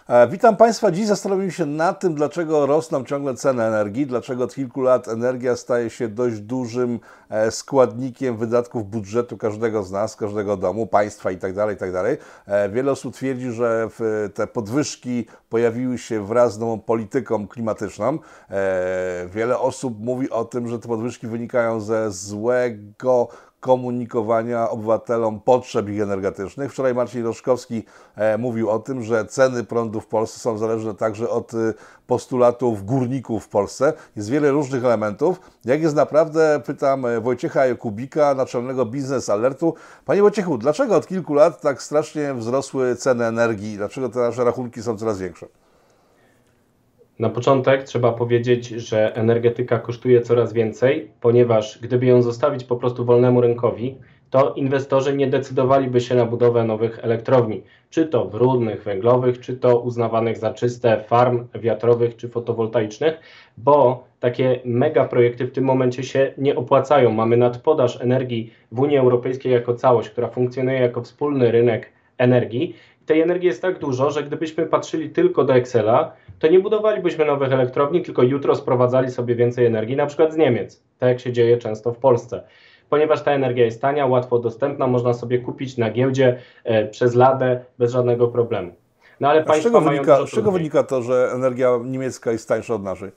Witam Państwa. Dziś zastanowimy się nad tym, dlaczego rosną ciągle ceny energii, dlaczego od kilku lat energia staje się dość dużym składnikiem wydatków budżetu każdego z nas, każdego domu, państwa itd., itd. Wiele osób twierdzi, że te podwyżki pojawiły się wraz z nową polityką klimatyczną. Wiele osób mówi o tym, że te podwyżki wynikają ze złego komunikowania obywatelom potrzeb ich energetycznych. Wczoraj Marcin Roszkowski mówił o tym, że ceny prądu w Polsce są zależne także od postulatów górników w Polsce. Jest wiele różnych elementów. Jak jest naprawdę, pytam Wojciecha Jakubika, naczelnego Biznes Alertu. Panie Wojciechu, dlaczego od kilku lat tak strasznie wzrosły ceny energii? Dlaczego te nasze rachunki są coraz większe? Na początek trzeba powiedzieć, że energetyka kosztuje coraz więcej, ponieważ gdyby ją zostawić po prostu wolnemu rynkowi, to inwestorzy nie decydowaliby się na budowę nowych elektrowni, czy to brudnych, węglowych, czy to uznawanych za czyste farm wiatrowych czy fotowoltaicznych, bo takie mega projekty w tym momencie się nie opłacają. Mamy nadpodaż energii w Unii Europejskiej jako całość, która funkcjonuje jako wspólny rynek energii. Tej energii jest tak dużo, że gdybyśmy patrzyli tylko do Excela, to nie budowalibyśmy nowych elektrowni, tylko jutro sprowadzali sobie więcej energii, na przykład z Niemiec, tak jak się dzieje często w Polsce. Ponieważ ta energia jest tania, łatwo dostępna, można sobie kupić na giełdzie przez ladę bez żadnego problemu. No ale Z czego wynika to, że energia niemiecka jest tańsza od naszej?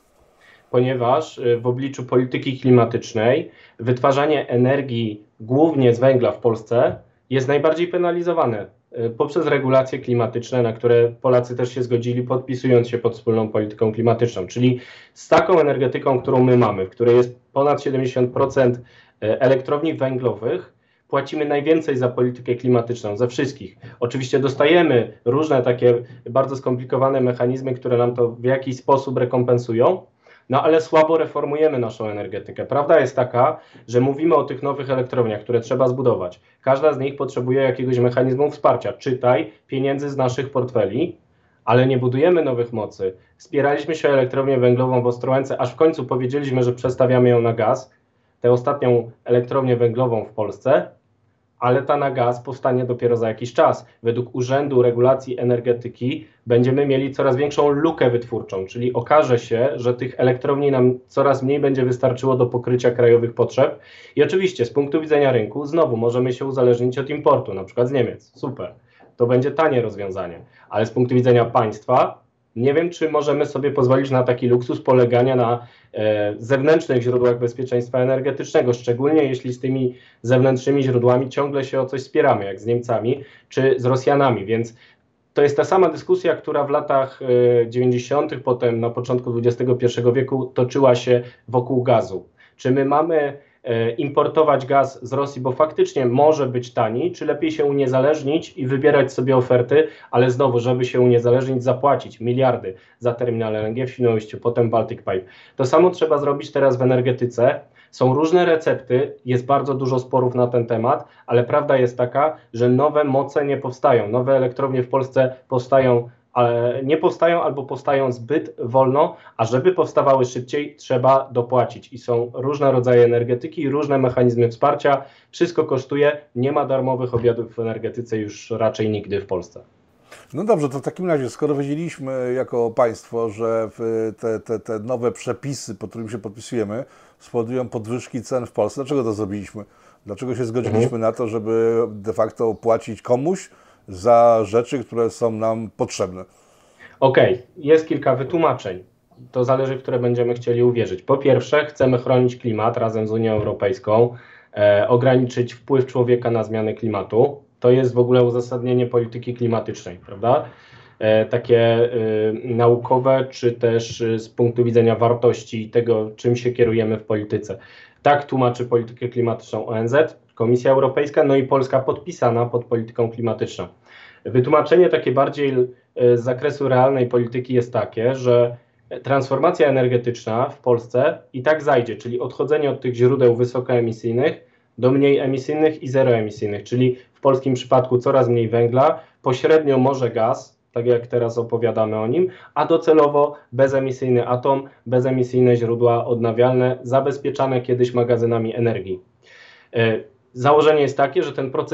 Ponieważ w obliczu polityki klimatycznej wytwarzanie energii głównie z węgla w Polsce jest najbardziej penalizowane poprzez regulacje klimatyczne, na które Polacy też się zgodzili, podpisując się pod wspólną polityką klimatyczną. Czyli z taką energetyką, którą my mamy, w której jest ponad 70% elektrowni węglowych, płacimy najwięcej za politykę klimatyczną ze wszystkich. Oczywiście dostajemy różne takie bardzo skomplikowane mechanizmy, które nam to w jakiś sposób rekompensują, no ale słabo reformujemy naszą energetykę. Prawda jest taka, że mówimy o tych nowych elektrowniach, które trzeba zbudować. Każda z nich potrzebuje jakiegoś mechanizmu wsparcia, czytaj pieniędzy z naszych portfeli, ale nie budujemy nowych mocy. Wspieraliśmy się o elektrownię węglową w Ostrołęce, aż w końcu powiedzieliśmy, że przestawiamy ją na gaz, tę ostatnią elektrownię węglową w Polsce, ale ta na gaz powstanie dopiero za jakiś czas. Według Urzędu Regulacji Energetyki będziemy mieli coraz większą lukę wytwórczą, czyli okaże się, że tych elektrowni nam coraz mniej będzie wystarczyło do pokrycia krajowych potrzeb. I oczywiście z punktu widzenia rynku znowu możemy się uzależnić od importu, na przykład z Niemiec. Super, to będzie tanie rozwiązanie, ale z punktu widzenia państwa nie wiem, czy możemy sobie pozwolić na taki luksus polegania na zewnętrznych źródłach bezpieczeństwa energetycznego, szczególnie jeśli z tymi zewnętrznymi źródłami ciągle się o coś spieramy, jak z Niemcami czy z Rosjanami, więc to jest ta sama dyskusja, która w latach 90., potem na początku XXI wieku toczyła się wokół gazu. Czy my mamy importować gaz z Rosji, bo faktycznie może być tani, czy lepiej się uniezależnić i wybierać sobie oferty, ale znowu, żeby się uniezależnić, zapłacić miliardy za terminal LNG w Świnoujściu, potem Baltic Pipe. To samo trzeba zrobić teraz w energetyce. Są różne recepty, jest bardzo dużo sporów na ten temat, ale prawda jest taka, że nowe moce nie powstają. Nowe elektrownie w Polsce nie powstają albo powstają zbyt wolno, a żeby powstawały szybciej, trzeba dopłacić. I są różne rodzaje energetyki i różne mechanizmy wsparcia. Wszystko kosztuje, nie ma darmowych obiadów w energetyce już raczej nigdy w Polsce. No dobrze, to w takim razie, skoro wiedzieliśmy jako państwo, że te nowe przepisy, pod którymi się podpisujemy, spowodują podwyżki cen w Polsce, dlaczego to zrobiliśmy? Dlaczego się zgodziliśmy na to, żeby de facto płacić komuś za rzeczy, które są nam potrzebne? Okej, jest kilka wytłumaczeń. To zależy, w które będziemy chcieli uwierzyć. Po pierwsze, chcemy chronić klimat razem z Unią Europejską, ograniczyć wpływ człowieka na zmiany klimatu. To jest w ogóle uzasadnienie polityki klimatycznej, prawda? Takie naukowe, czy też z punktu widzenia wartości i tego, czym się kierujemy w polityce. Tak tłumaczy politykę klimatyczną ONZ, Komisja Europejska, no i Polska podpisana pod polityką klimatyczną. Wytłumaczenie takie bardziej z zakresu realnej polityki jest takie, że transformacja energetyczna w Polsce i tak zajdzie, czyli odchodzenie od tych źródeł wysokoemisyjnych do mniej emisyjnych i zeroemisyjnych, czyli w polskim przypadku coraz mniej węgla, pośrednio może gaz, tak jak teraz opowiadamy o nim, a docelowo bezemisyjny atom, bezemisyjne źródła odnawialne, zabezpieczane kiedyś magazynami energii. Założenie jest takie, że ten proces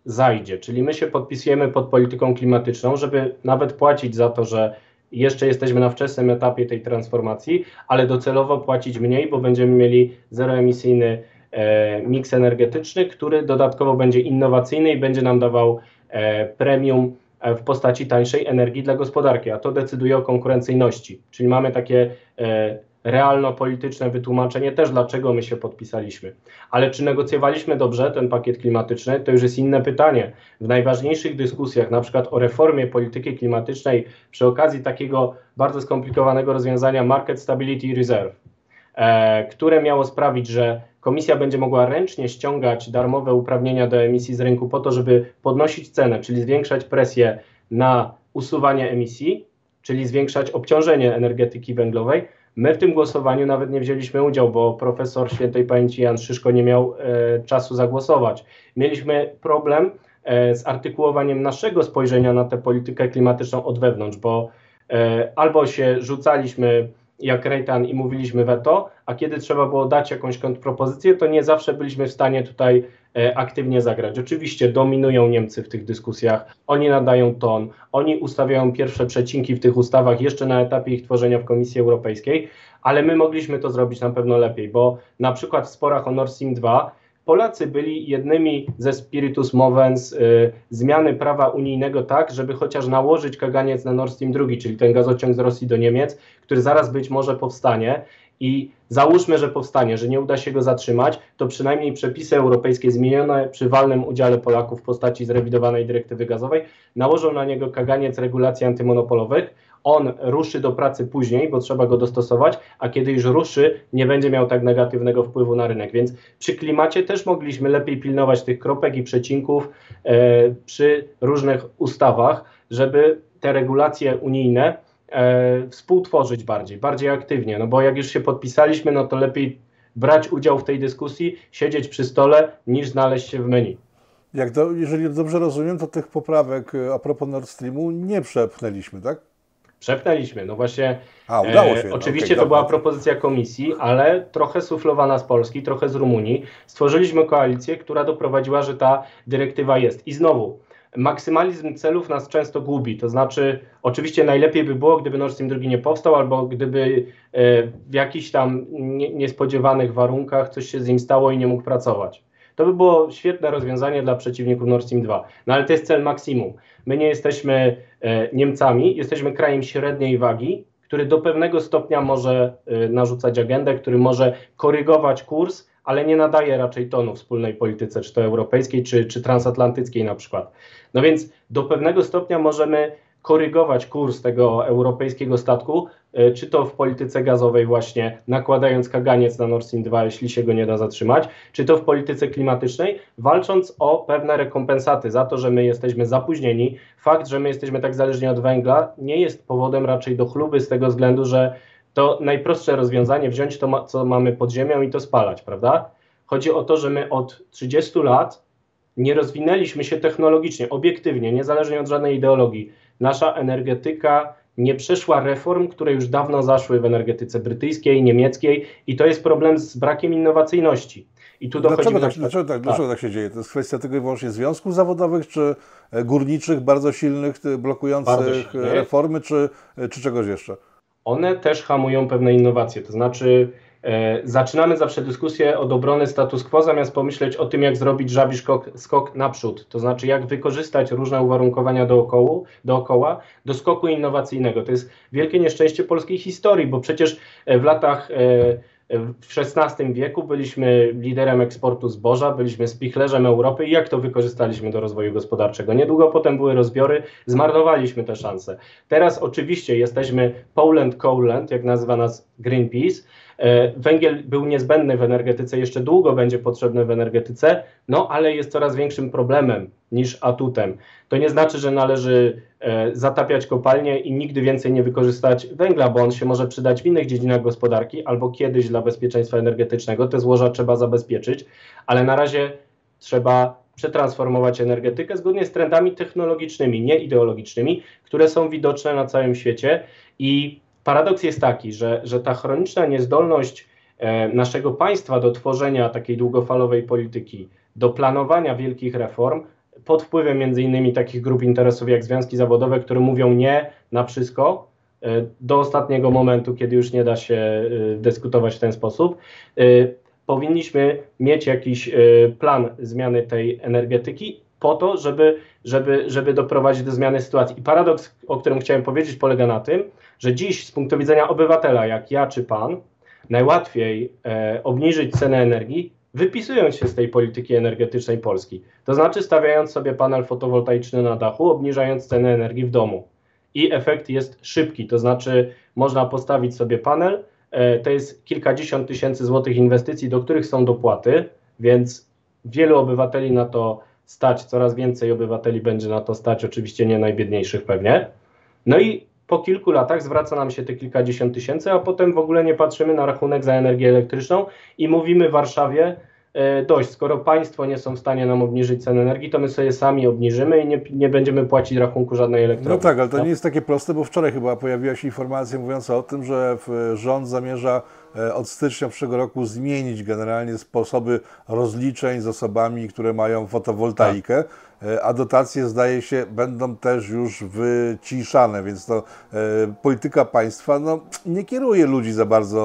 zajdzie. Czyli my się podpisujemy pod polityką klimatyczną, żeby nawet płacić za to, że jeszcze jesteśmy na wczesnym etapie tej transformacji, ale docelowo płacić mniej, bo będziemy mieli zeroemisyjny miks energetyczny, który dodatkowo będzie innowacyjny i będzie nam dawał premium w postaci tańszej energii dla gospodarki, a to decyduje o konkurencyjności. Czyli mamy takie realno-polityczne wytłumaczenie też, dlaczego my się podpisaliśmy. Ale czy negocjowaliśmy dobrze ten pakiet klimatyczny, to już jest inne pytanie. W najważniejszych dyskusjach, na przykład o reformie polityki klimatycznej, przy okazji takiego bardzo skomplikowanego rozwiązania Market Stability Reserve, które miało sprawić, że Komisja będzie mogła ręcznie ściągać darmowe uprawnienia do emisji z rynku po to, żeby podnosić cenę, czyli zwiększać presję na usuwanie emisji, czyli zwiększać obciążenie energetyki węglowej. My w tym głosowaniu nawet nie wzięliśmy udziału, bo profesor świętej pamięci Jan Szyszko nie miał czasu zagłosować. Mieliśmy problem z artykułowaniem naszego spojrzenia na tę politykę klimatyczną od wewnątrz, bo albo się rzucaliśmy jak Rejtan i mówiliśmy weto, a kiedy trzeba było dać jakąś kontrpropozycję, to nie zawsze byliśmy w stanie tutaj aktywnie zagrać. Oczywiście dominują Niemcy w tych dyskusjach, oni nadają ton, oni ustawiają pierwsze przecinki w tych ustawach jeszcze na etapie ich tworzenia w Komisji Europejskiej, ale my mogliśmy to zrobić na pewno lepiej, bo na przykład w sporach o Nord Stream 2 Polacy byli jednymi ze spiritus movens zmiany prawa unijnego tak, żeby chociaż nałożyć kaganiec na Nord Stream 2, czyli ten gazociąg z Rosji do Niemiec, który zaraz być może powstanie i załóżmy, że powstanie, że nie uda się go zatrzymać, to przynajmniej przepisy europejskie zmienione przy walnym udziale Polaków w postaci zrewidowanej dyrektywy gazowej nałożą na niego kaganiec regulacji antymonopolowych. On ruszy do pracy później, bo trzeba go dostosować, a kiedy już ruszy, nie będzie miał tak negatywnego wpływu na rynek. Więc przy klimacie też mogliśmy lepiej pilnować tych kropek i przecinków przy różnych ustawach, żeby te regulacje unijne współtworzyć bardziej aktywnie. No bo jak już się podpisaliśmy, no to lepiej brać udział w tej dyskusji, siedzieć przy stole, niż znaleźć się w menu. Jeżeli dobrze rozumiem, to tych poprawek a propos Nord Streamu nie przepchnęliśmy, tak? Przepchnęliśmy, no właśnie. Udało się. Oczywiście to była propozycja komisji, ale trochę suflowana z Polski, trochę z Rumunii. Stworzyliśmy koalicję, która doprowadziła, że ta dyrektywa jest. I znowu, maksymalizm celów nas często gubi, to znaczy oczywiście najlepiej by było, gdyby Nord Stream 2 nie powstał, albo gdyby w jakichś tam niespodziewanych warunkach coś się z nim stało i nie mógł pracować. To by było świetne rozwiązanie dla przeciwników Nord Stream 2. No ale to jest cel maksimum. My nie jesteśmy Niemcami, jesteśmy krajem średniej wagi, który do pewnego stopnia może narzucać agendę, który może korygować kurs, ale nie nadaje raczej tonu wspólnej polityce, czy to europejskiej, czy transatlantyckiej na przykład. No więc do pewnego stopnia możemy korygować kurs tego europejskiego statku, czy to w polityce gazowej właśnie nakładając kaganiec na Nord Stream 2, jeśli się go nie da zatrzymać, czy to w polityce klimatycznej, walcząc o pewne rekompensaty za to, że my jesteśmy zapóźnieni. Fakt, że my jesteśmy tak zależni od węgla, nie jest powodem raczej do chluby z tego względu, że to najprostsze rozwiązanie, wziąć to, co mamy pod ziemią i to spalać, prawda? Chodzi o to, że my od 30 lat nie rozwinęliśmy się technologicznie, obiektywnie, niezależnie od żadnej ideologii. Nasza energetyka nie przeszła reform, które już dawno zaszły w energetyce brytyjskiej, niemieckiej i to jest problem z brakiem innowacyjności. I tu Dlaczego tak się dzieje? To jest kwestia tego i wyłącznie związków zawodowych, czy górniczych, bardzo silnych, blokujących reformy, czy czegoś jeszcze? One też hamują pewne innowacje, to znaczy zaczynamy zawsze dyskusję od obrony status quo, zamiast pomyśleć o tym, jak zrobić żabi skok naprzód, to znaczy jak wykorzystać różne uwarunkowania dookoła do skoku innowacyjnego. To jest wielkie nieszczęście polskiej historii, bo przecież w XVI wieku byliśmy liderem eksportu zboża, byliśmy spichlerzem Europy i jak to wykorzystaliśmy do rozwoju gospodarczego? Niedługo potem były rozbiory, zmarnowaliśmy te szanse. Teraz oczywiście jesteśmy Poland Coalland, jak nazywa nas Greenpeace. Węgiel był niezbędny w energetyce, jeszcze długo będzie potrzebny w energetyce, no ale jest coraz większym problemem niż atutem. To nie znaczy, że należy zatapiać kopalnie i nigdy więcej nie wykorzystać węgla, bo on się może przydać w innych dziedzinach gospodarki albo kiedyś dla bezpieczeństwa energetycznego. Te złoża trzeba zabezpieczyć, ale na razie trzeba przetransformować energetykę zgodnie z trendami technologicznymi, nie ideologicznymi, które są widoczne na całym świecie. I paradoks jest taki, że ta chroniczna niezdolność naszego państwa do tworzenia takiej długofalowej polityki, do planowania wielkich reform, pod wpływem między innymi takich grup interesów jak związki zawodowe, które mówią nie na wszystko do ostatniego momentu, kiedy już nie da się dyskutować w ten sposób. Powinniśmy mieć jakiś plan zmiany tej energetyki po to, żeby doprowadzić do zmiany sytuacji. I paradoks, o którym chciałem powiedzieć, polega na tym, że dziś z punktu widzenia obywatela, jak ja czy pan, najłatwiej obniżyć cenę energii, wypisując się z tej polityki energetycznej Polski. To znaczy stawiając sobie panel fotowoltaiczny na dachu, obniżając cenę energii w domu. I efekt jest szybki, to znaczy można postawić sobie panel, to jest kilkadziesiąt tysięcy złotych inwestycji, do których są dopłaty, więc wielu obywateli na to stać, coraz więcej obywateli będzie na to stać, oczywiście nie najbiedniejszych pewnie. No i po kilku latach zwraca nam się te kilkadziesiąt tysięcy, a potem w ogóle nie patrzymy na rachunek za energię elektryczną i mówimy Warszawie, dość, skoro państwo nie są w stanie nam obniżyć cen energii, to my sobie sami obniżymy i nie będziemy płacić rachunku żadnej elektrowni. No tak, ale to nie jest takie proste, bo wczoraj chyba pojawiła się informacja mówiąca o tym, że rząd zamierza od stycznia przyszłego roku zmienić generalnie sposoby rozliczeń z osobami, które mają fotowoltaikę, a dotacje, zdaje się, będą też już wyciszane, więc to polityka państwa nie kieruje ludzi za bardzo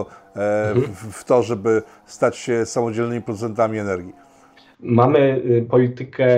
w to, żeby stać się samodzielnymi producentami energii. Mamy politykę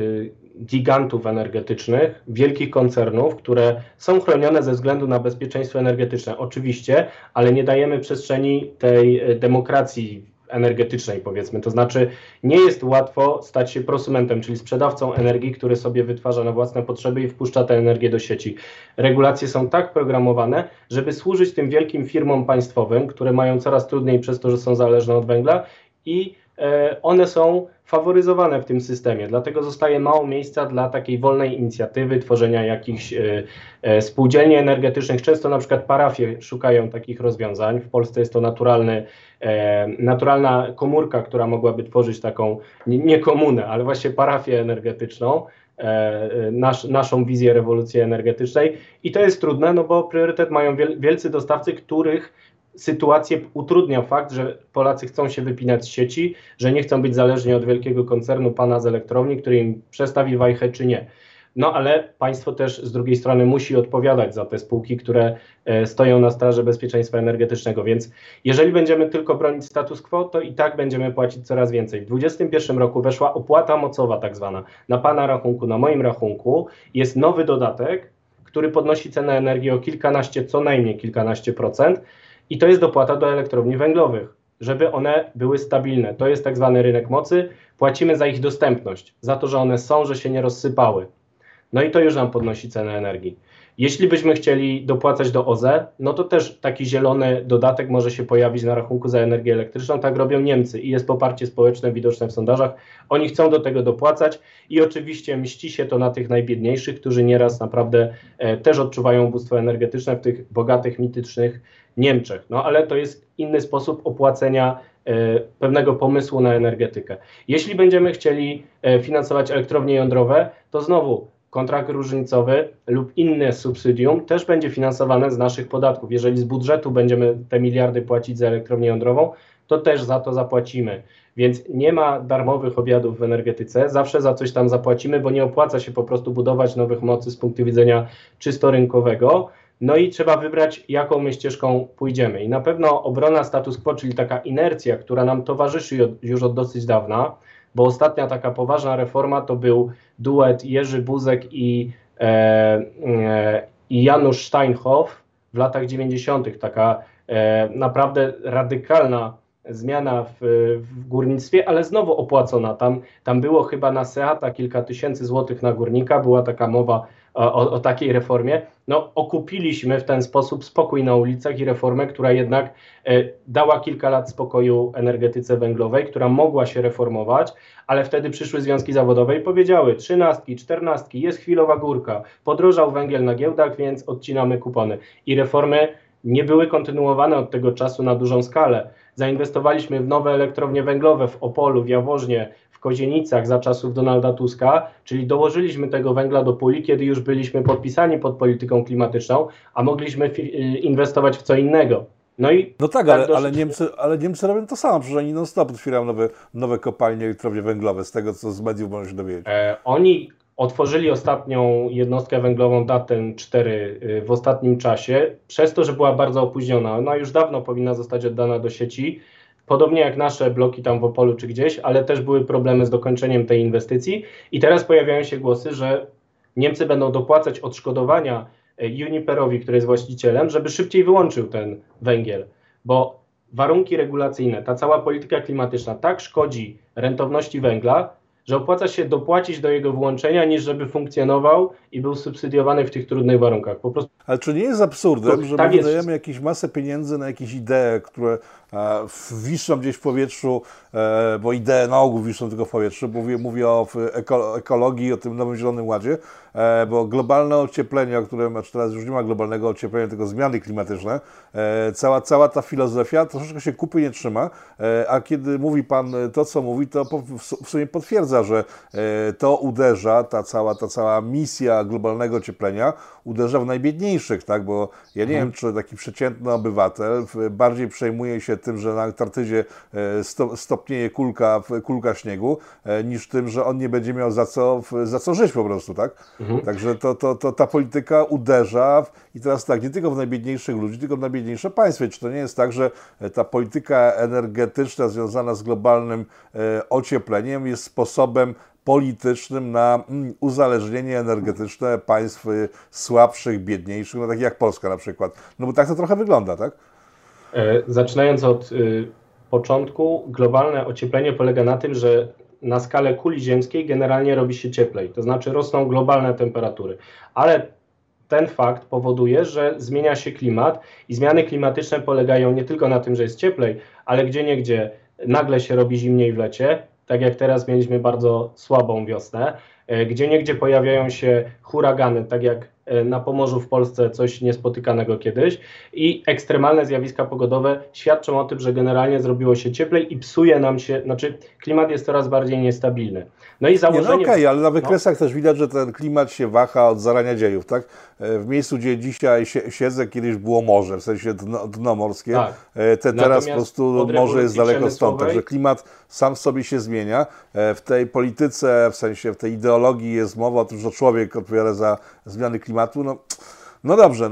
gigantów energetycznych, wielkich koncernów, które są chronione ze względu na bezpieczeństwo energetyczne. Oczywiście, ale nie dajemy przestrzeni tej demokracji energetycznej, powiedzmy. To znaczy nie jest łatwo stać się prosumentem, czyli sprzedawcą energii, który sobie wytwarza na własne potrzeby i wpuszcza tę energię do sieci. Regulacje są tak programowane, żeby służyć tym wielkim firmom państwowym, które mają coraz trudniej przez to, że są zależne od węgla i one są faworyzowane w tym systemie, dlatego zostaje mało miejsca dla takiej wolnej inicjatywy, tworzenia jakichś spółdzielni energetycznych. Często na przykład parafie szukają takich rozwiązań. W Polsce jest to naturalna komórka, która mogłaby tworzyć taką, nie komunę, ale właśnie parafię energetyczną, naszą wizję rewolucji energetycznej. I to jest trudne, no bo priorytet mają wielcy dostawcy, których sytuację utrudnia fakt, że Polacy chcą się wypinać z sieci, że nie chcą być zależni od wielkiego koncernu pana z elektrowni, który im przestawi wajchę czy nie. No ale państwo też z drugiej strony musi odpowiadać za te spółki, które stoją na straży bezpieczeństwa energetycznego, więc jeżeli będziemy tylko bronić status quo, to i tak będziemy płacić coraz więcej. W 2021 roku weszła opłata mocowa tak zwana. Na pana rachunku, na moim rachunku jest nowy dodatek, który podnosi cenę energii o kilkanaście, co najmniej kilkanaście procent. I to jest dopłata do elektrowni węglowych, żeby one były stabilne. To jest tak zwany rynek mocy. Płacimy za ich dostępność, za to, że one są, że się nie rozsypały. No i to już nam podnosi cenę energii. Jeśli byśmy chcieli dopłacać do OZE, no to też taki zielony dodatek może się pojawić na rachunku za energię elektryczną. Tak robią Niemcy i jest poparcie społeczne widoczne w sondażach. Oni chcą do tego dopłacać i oczywiście mści się to na tych najbiedniejszych, którzy nieraz naprawdę też odczuwają ubóstwo energetyczne w tych bogatych, mitycznych Niemczech. No ale to jest inny sposób opłacenia pewnego pomysłu na energetykę. Jeśli będziemy chcieli finansować elektrownie jądrowe, to znowu kontrakt różnicowy lub inne subsydium też będzie finansowane z naszych podatków. Jeżeli z budżetu będziemy te miliardy płacić za elektrownię jądrową, to też za to zapłacimy. Więc nie ma darmowych obiadów w energetyce, zawsze za coś tam zapłacimy, bo nie opłaca się po prostu budować nowych mocy z punktu widzenia czysto rynkowego. No i trzeba wybrać, jaką my ścieżką pójdziemy. I na pewno obrona status quo, czyli taka inercja, która nam towarzyszy już od dosyć dawna, bo ostatnia taka poważna reforma to był duet Jerzy Buzek i Janusz Steinhoff w latach 90. Taka naprawdę radykalna zmiana w górnictwie, ale znowu opłacona. Tam było chyba na Seata kilka tysięcy złotych na górnika, była taka mowa o takiej reformie. No, okupiliśmy w ten sposób spokój na ulicach i reformę, która jednak dała kilka lat spokoju energetyce węglowej, która mogła się reformować, ale wtedy przyszły związki zawodowe i powiedziały: 13, 14, jest chwilowa górka, podrożał węgiel na giełdach, więc odcinamy kupony. I reformy nie były kontynuowane od tego czasu na dużą skalę. Zainwestowaliśmy w nowe elektrownie węglowe w Opolu, w Jaworznie, w Kozienicach za czasów Donalda Tuska, czyli dołożyliśmy tego węgla do puli, kiedy już byliśmy podpisani pod polityką klimatyczną, a mogliśmy inwestować w co innego. No i No tak, tak ale Niemcy robią to samo, przecież oni non-stop otwierają nowe kopalnie, elektrownie węglowe, z tego co z mediów można się dowiedzieć. Oni otworzyli ostatnią jednostkę węglową Datteln 4 w ostatnim czasie, przez to, że była bardzo opóźniona. Ona już dawno powinna zostać oddana do sieci, podobnie jak nasze bloki tam w Opolu czy gdzieś, ale też były problemy z dokończeniem tej inwestycji i teraz pojawiają się głosy, że Niemcy będą dopłacać odszkodowania Uniperowi, który jest właścicielem, żeby szybciej wyłączył ten węgiel, bo warunki regulacyjne, ta cała polityka klimatyczna tak szkodzi rentowności węgla, że opłaca się dopłacić do jego włączenia, niż żeby funkcjonował i był subsydiowany w tych trudnych warunkach. Po prostu. Ale czy nie jest absurdem, że Tak my jest. wydajemy jakieś masę pieniędzy na jakieś idee, które wiszą gdzieś w powietrzu, bo idee na ogół wiszą tylko w powietrzu, mówię o ekologii, o tym nowym Zielonym Ładzie, bo globalne ocieplenie, o którym, znaczy teraz już nie ma globalnego ocieplenia, tylko zmiany klimatyczne, cała ta filozofia troszeczkę się kupy nie trzyma, a kiedy mówi Pan to, co mówi, to w sumie potwierdza, że to uderza, ta cała misja globalnego ocieplenia uderza w najbiedniejszych, tak? Bo ja nie wiem, czy taki przeciętny obywatel bardziej przejmuje się tym, że na Antarktydzie stopnieje kulka śniegu, niż tym, że on nie będzie miał za co żyć po prostu, tak? Także ta polityka uderza i teraz tak, nie tylko w najbiedniejszych ludzi, tylko w najbiedniejsze państwa. I czy to nie jest tak, że ta polityka energetyczna związana z globalnym ociepleniem jest sposobem politycznym na uzależnienie energetyczne państw słabszych, biedniejszych, no takich jak Polska na przykład. No bo tak to trochę wygląda, tak? Zaczynając od początku, globalne ocieplenie polega na tym, że na skalę kuli ziemskiej generalnie robi się cieplej, to znaczy rosną globalne temperatury, ale ten fakt powoduje, że zmienia się klimat i zmiany klimatyczne polegają nie tylko na tym, że jest cieplej, ale gdzieniegdzie nagle się robi zimniej w lecie, tak jak teraz mieliśmy bardzo słabą wiosnę, gdzieniegdzie pojawiają się huragany, tak jak na Pomorzu w Polsce, coś niespotykanego kiedyś, i ekstremalne zjawiska pogodowe świadczą o tym, że generalnie zrobiło się cieplej i psuje nam się, znaczy klimat jest coraz bardziej niestabilny. No i założenie... Okej, ale na wykresach też widać, że ten klimat się waha od zarania dziejów, tak? W miejscu, gdzie dzisiaj siedzę, kiedyś było morze, w sensie dno morskie. Tak. Teraz po prostu morze jest daleko stąd, także klimat sam w sobie się zmienia. W tej polityce, w sensie w tej ideologii jest mowa o tym, że człowiek odpowiada za zmiany klimatu. No dobrze,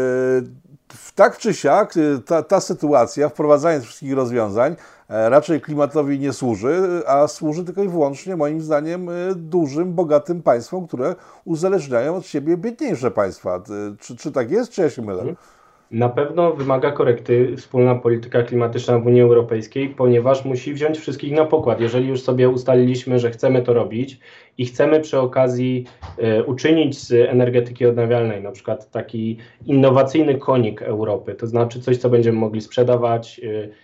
tak czy siak ta sytuacja, wprowadzając wszystkich rozwiązań, raczej klimatowi nie służy, a służy tylko i wyłącznie, moim zdaniem, dużym, bogatym państwom, które uzależniają od siebie biedniejsze państwa. Czy tak jest, czy ja się mylę? Na pewno wymaga korekty wspólna polityka klimatyczna w Unii Europejskiej, ponieważ musi wziąć wszystkich na pokład. Jeżeli już sobie ustaliliśmy, że chcemy to robić i chcemy przy okazji uczynić z energetyki odnawialnej na przykład taki innowacyjny konik Europy, to znaczy coś, co będziemy mogli sprzedawać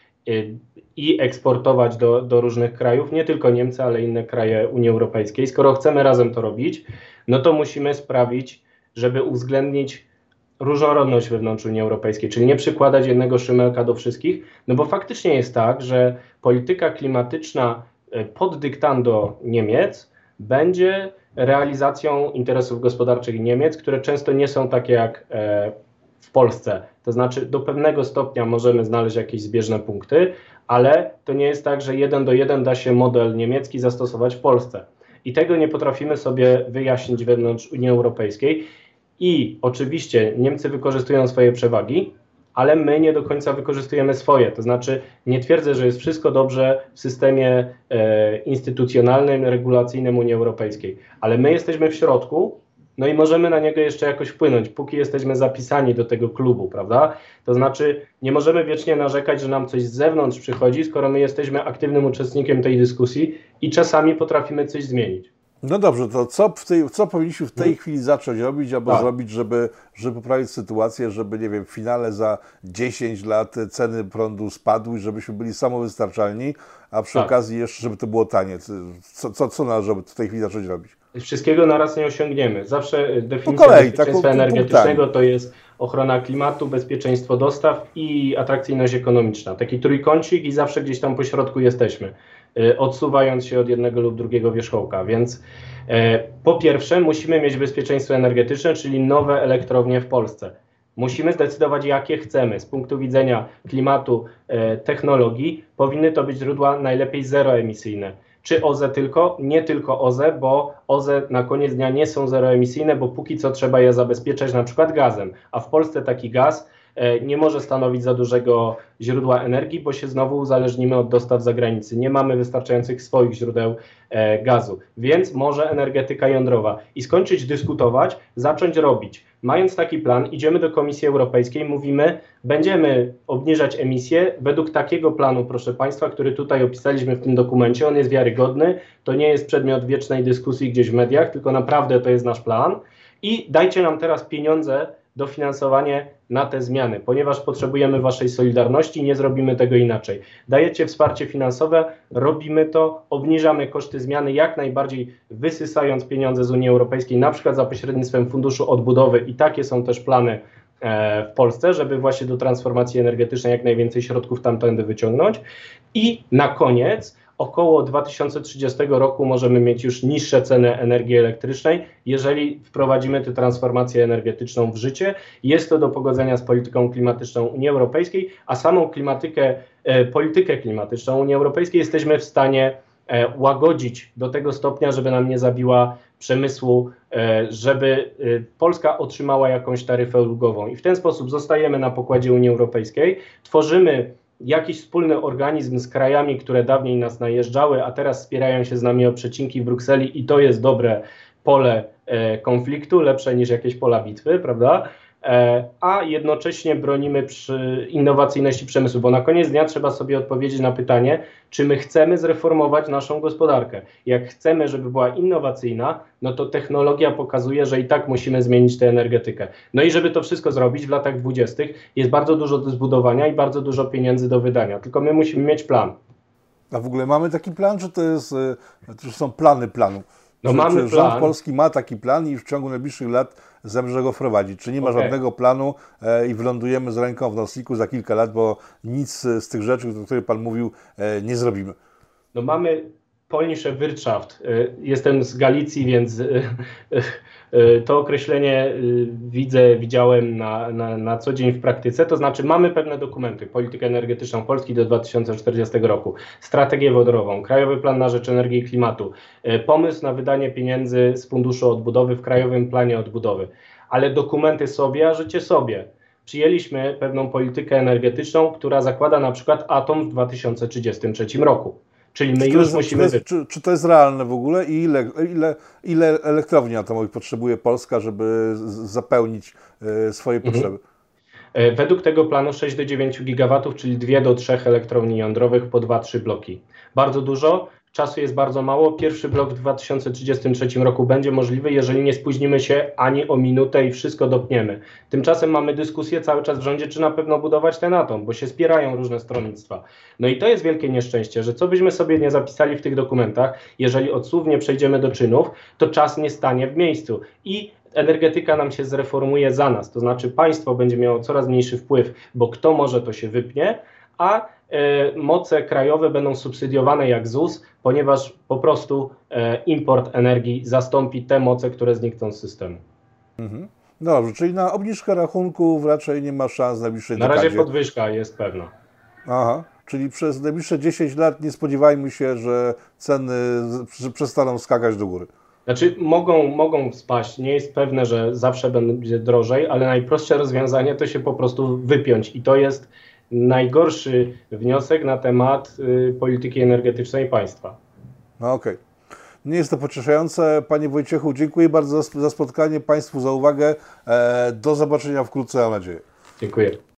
i eksportować do różnych krajów, nie tylko Niemcy, ale inne kraje Unii Europejskiej. Skoro chcemy razem to robić, no to musimy sprawić, żeby uwzględnić różnorodność wewnątrz Unii Europejskiej, czyli nie przykładać jednego szymelka do wszystkich, no bo faktycznie jest tak, że polityka klimatyczna pod dyktando Niemiec będzie realizacją interesów gospodarczych Niemiec, które często nie są takie jak w Polsce. To znaczy do pewnego stopnia możemy znaleźć jakieś zbieżne punkty, ale to nie jest tak, że 1:1 da się model niemiecki zastosować w Polsce. I tego nie potrafimy sobie wyjaśnić wewnątrz Unii Europejskiej. I oczywiście Niemcy wykorzystują swoje przewagi, ale my nie do końca wykorzystujemy swoje. To znaczy nie twierdzę, że jest wszystko dobrze w systemie instytucjonalnym, regulacyjnym Unii Europejskiej, ale my jesteśmy w środku, no i możemy na niego jeszcze jakoś wpłynąć, póki jesteśmy zapisani do tego klubu, prawda? To znaczy nie możemy wiecznie narzekać, że nam coś z zewnątrz przychodzi, skoro my jesteśmy aktywnym uczestnikiem tej dyskusji i czasami potrafimy coś zmienić. No dobrze, to co powinniśmy w tej chwili zacząć robić, albo zrobić, żeby poprawić sytuację, żeby, nie wiem, w finale za 10 lat ceny prądu spadły, żebyśmy byli samowystarczalni, a przy okazji jeszcze, żeby to było tanie. Co należy w tej chwili zacząć robić? Wszystkiego naraz nie osiągniemy. Zawsze definicja bezpieczeństwa energetycznego to jest ochrona klimatu, bezpieczeństwo dostaw i atrakcyjność ekonomiczna. Taki trójkącik i zawsze gdzieś tam po środku jesteśmy, odsuwając się od jednego lub drugiego wierzchołka. Więc po pierwsze musimy mieć bezpieczeństwo energetyczne, czyli nowe elektrownie w Polsce. Musimy zdecydować, jakie chcemy. Z punktu widzenia klimatu, technologii, powinny to być źródła najlepiej zeroemisyjne. Czy OZE tylko? Nie tylko OZE, bo OZE na koniec dnia nie są zeroemisyjne, bo póki co trzeba je zabezpieczać na przykład gazem, a w Polsce taki gaz nie może stanowić za dużego źródła energii, bo się znowu uzależnimy od dostaw z zagranicy. Nie mamy wystarczających swoich źródeł gazu, więc może energetyka jądrowa. I skończyć dyskutować, zacząć robić. Mając taki plan, idziemy do Komisji Europejskiej, mówimy, będziemy obniżać emisje według takiego planu, proszę Państwa, który tutaj opisaliśmy w tym dokumencie. On jest wiarygodny, to nie jest przedmiot wiecznej dyskusji gdzieś w mediach, tylko naprawdę to jest nasz plan. I dajcie nam teraz pieniądze, dofinansowanie na te zmiany, ponieważ potrzebujemy Waszej solidarności, nie zrobimy tego inaczej. Dajecie wsparcie finansowe, robimy to, obniżamy koszty zmiany, jak najbardziej wysysając pieniądze z Unii Europejskiej, na przykład za pośrednictwem Funduszu Odbudowy i takie są też plany w Polsce, żeby właśnie do transformacji energetycznej jak najwięcej środków tamtędy wyciągnąć. I na koniec około 2030 roku możemy mieć już niższe ceny energii elektrycznej, jeżeli wprowadzimy tę transformację energetyczną w życie. Jest to do pogodzenia z polityką klimatyczną Unii Europejskiej, a samą politykę klimatyczną Unii Europejskiej jesteśmy w stanie łagodzić do tego stopnia, żeby nam nie zabiła przemysłu, żeby Polska otrzymała jakąś taryfę ulgową. I w ten sposób zostajemy na pokładzie Unii Europejskiej, tworzymy jakiś wspólny organizm z krajami, które dawniej nas najeżdżały, a teraz spierają się z nami o przecinki w Brukseli i to jest dobre pole konfliktu, lepsze niż jakieś pola bitwy, prawda? A jednocześnie bronimy przy innowacyjności przemysłu, bo na koniec dnia trzeba sobie odpowiedzieć na pytanie, czy my chcemy zreformować naszą gospodarkę. Jak chcemy, żeby była innowacyjna, no to technologia pokazuje, że i tak musimy zmienić tę energetykę. No i żeby to wszystko zrobić w latach 20. jest bardzo dużo do zbudowania i bardzo dużo pieniędzy do wydania, tylko my musimy mieć plan. A w ogóle mamy taki plan, czy to są plany planu? No Czy rząd polski ma taki plan i w ciągu najbliższych lat zamierza go wprowadzić? Czy nie ma żadnego planu i wylądujemy z ręką w nocniku za kilka lat, bo nic z tych rzeczy, o których Pan mówił, nie zrobimy? No mamy Polnische Wirtschaft. Jestem z Galicji, więc to określenie widziałem na co dzień w praktyce. To znaczy mamy pewne dokumenty, politykę energetyczną Polski do 2040 roku, strategię wodorową, Krajowy Plan na rzecz Energii i Klimatu, pomysł na wydanie pieniędzy z Funduszu Odbudowy w Krajowym Planie Odbudowy. Ale dokumenty sobie, a życie sobie. Przyjęliśmy pewną politykę energetyczną, która zakłada na przykład atom w 2033 roku. Czyli my już musimy... Czy to jest realne w ogóle i ile elektrowni atomowych potrzebuje Polska, żeby zapełnić swoje potrzeby? Według tego planu 6 do 9 gigawatów, czyli 2 do 3 elektrowni jądrowych po 2-3 bloki. Bardzo dużo, czasu jest bardzo mało. Pierwszy blok w 2033 roku będzie możliwy, jeżeli nie spóźnimy się ani o minutę i wszystko dopniemy. Tymczasem mamy dyskusję cały czas w rządzie, czy na pewno budować ten atom, bo się spierają różne stronnictwa. No i to jest wielkie nieszczęście, że co byśmy sobie nie zapisali w tych dokumentach, jeżeli odsłownie przejdziemy do czynów, to czas nie stanie w miejscu. I energetyka nam się zreformuje za nas, to znaczy państwo będzie miało coraz mniejszy wpływ, bo kto może, to się wypnie, a moce krajowe będą subsydiowane jak ZUS, ponieważ po prostu import energii zastąpi te moce, które znikną z systemu. Mhm. No dobrze, czyli na obniżkę rachunków raczej nie ma szans w najbliższej dekadzie. Na razie podwyżka jest pewna. Aha, czyli przez najbliższe 10 lat nie spodziewajmy się, że ceny przestaną skakać do góry. Znaczy mogą spaść, nie jest pewne, że zawsze będzie drożej, ale najprostsze rozwiązanie to się po prostu wypiąć i to jest najgorszy wniosek na temat polityki energetycznej państwa. No okej. Nie jest to pocieszające. Panie Wojciechu, dziękuję bardzo za spotkanie, Państwu za uwagę. Do zobaczenia wkrótce, mam nadzieję. Dziękuję.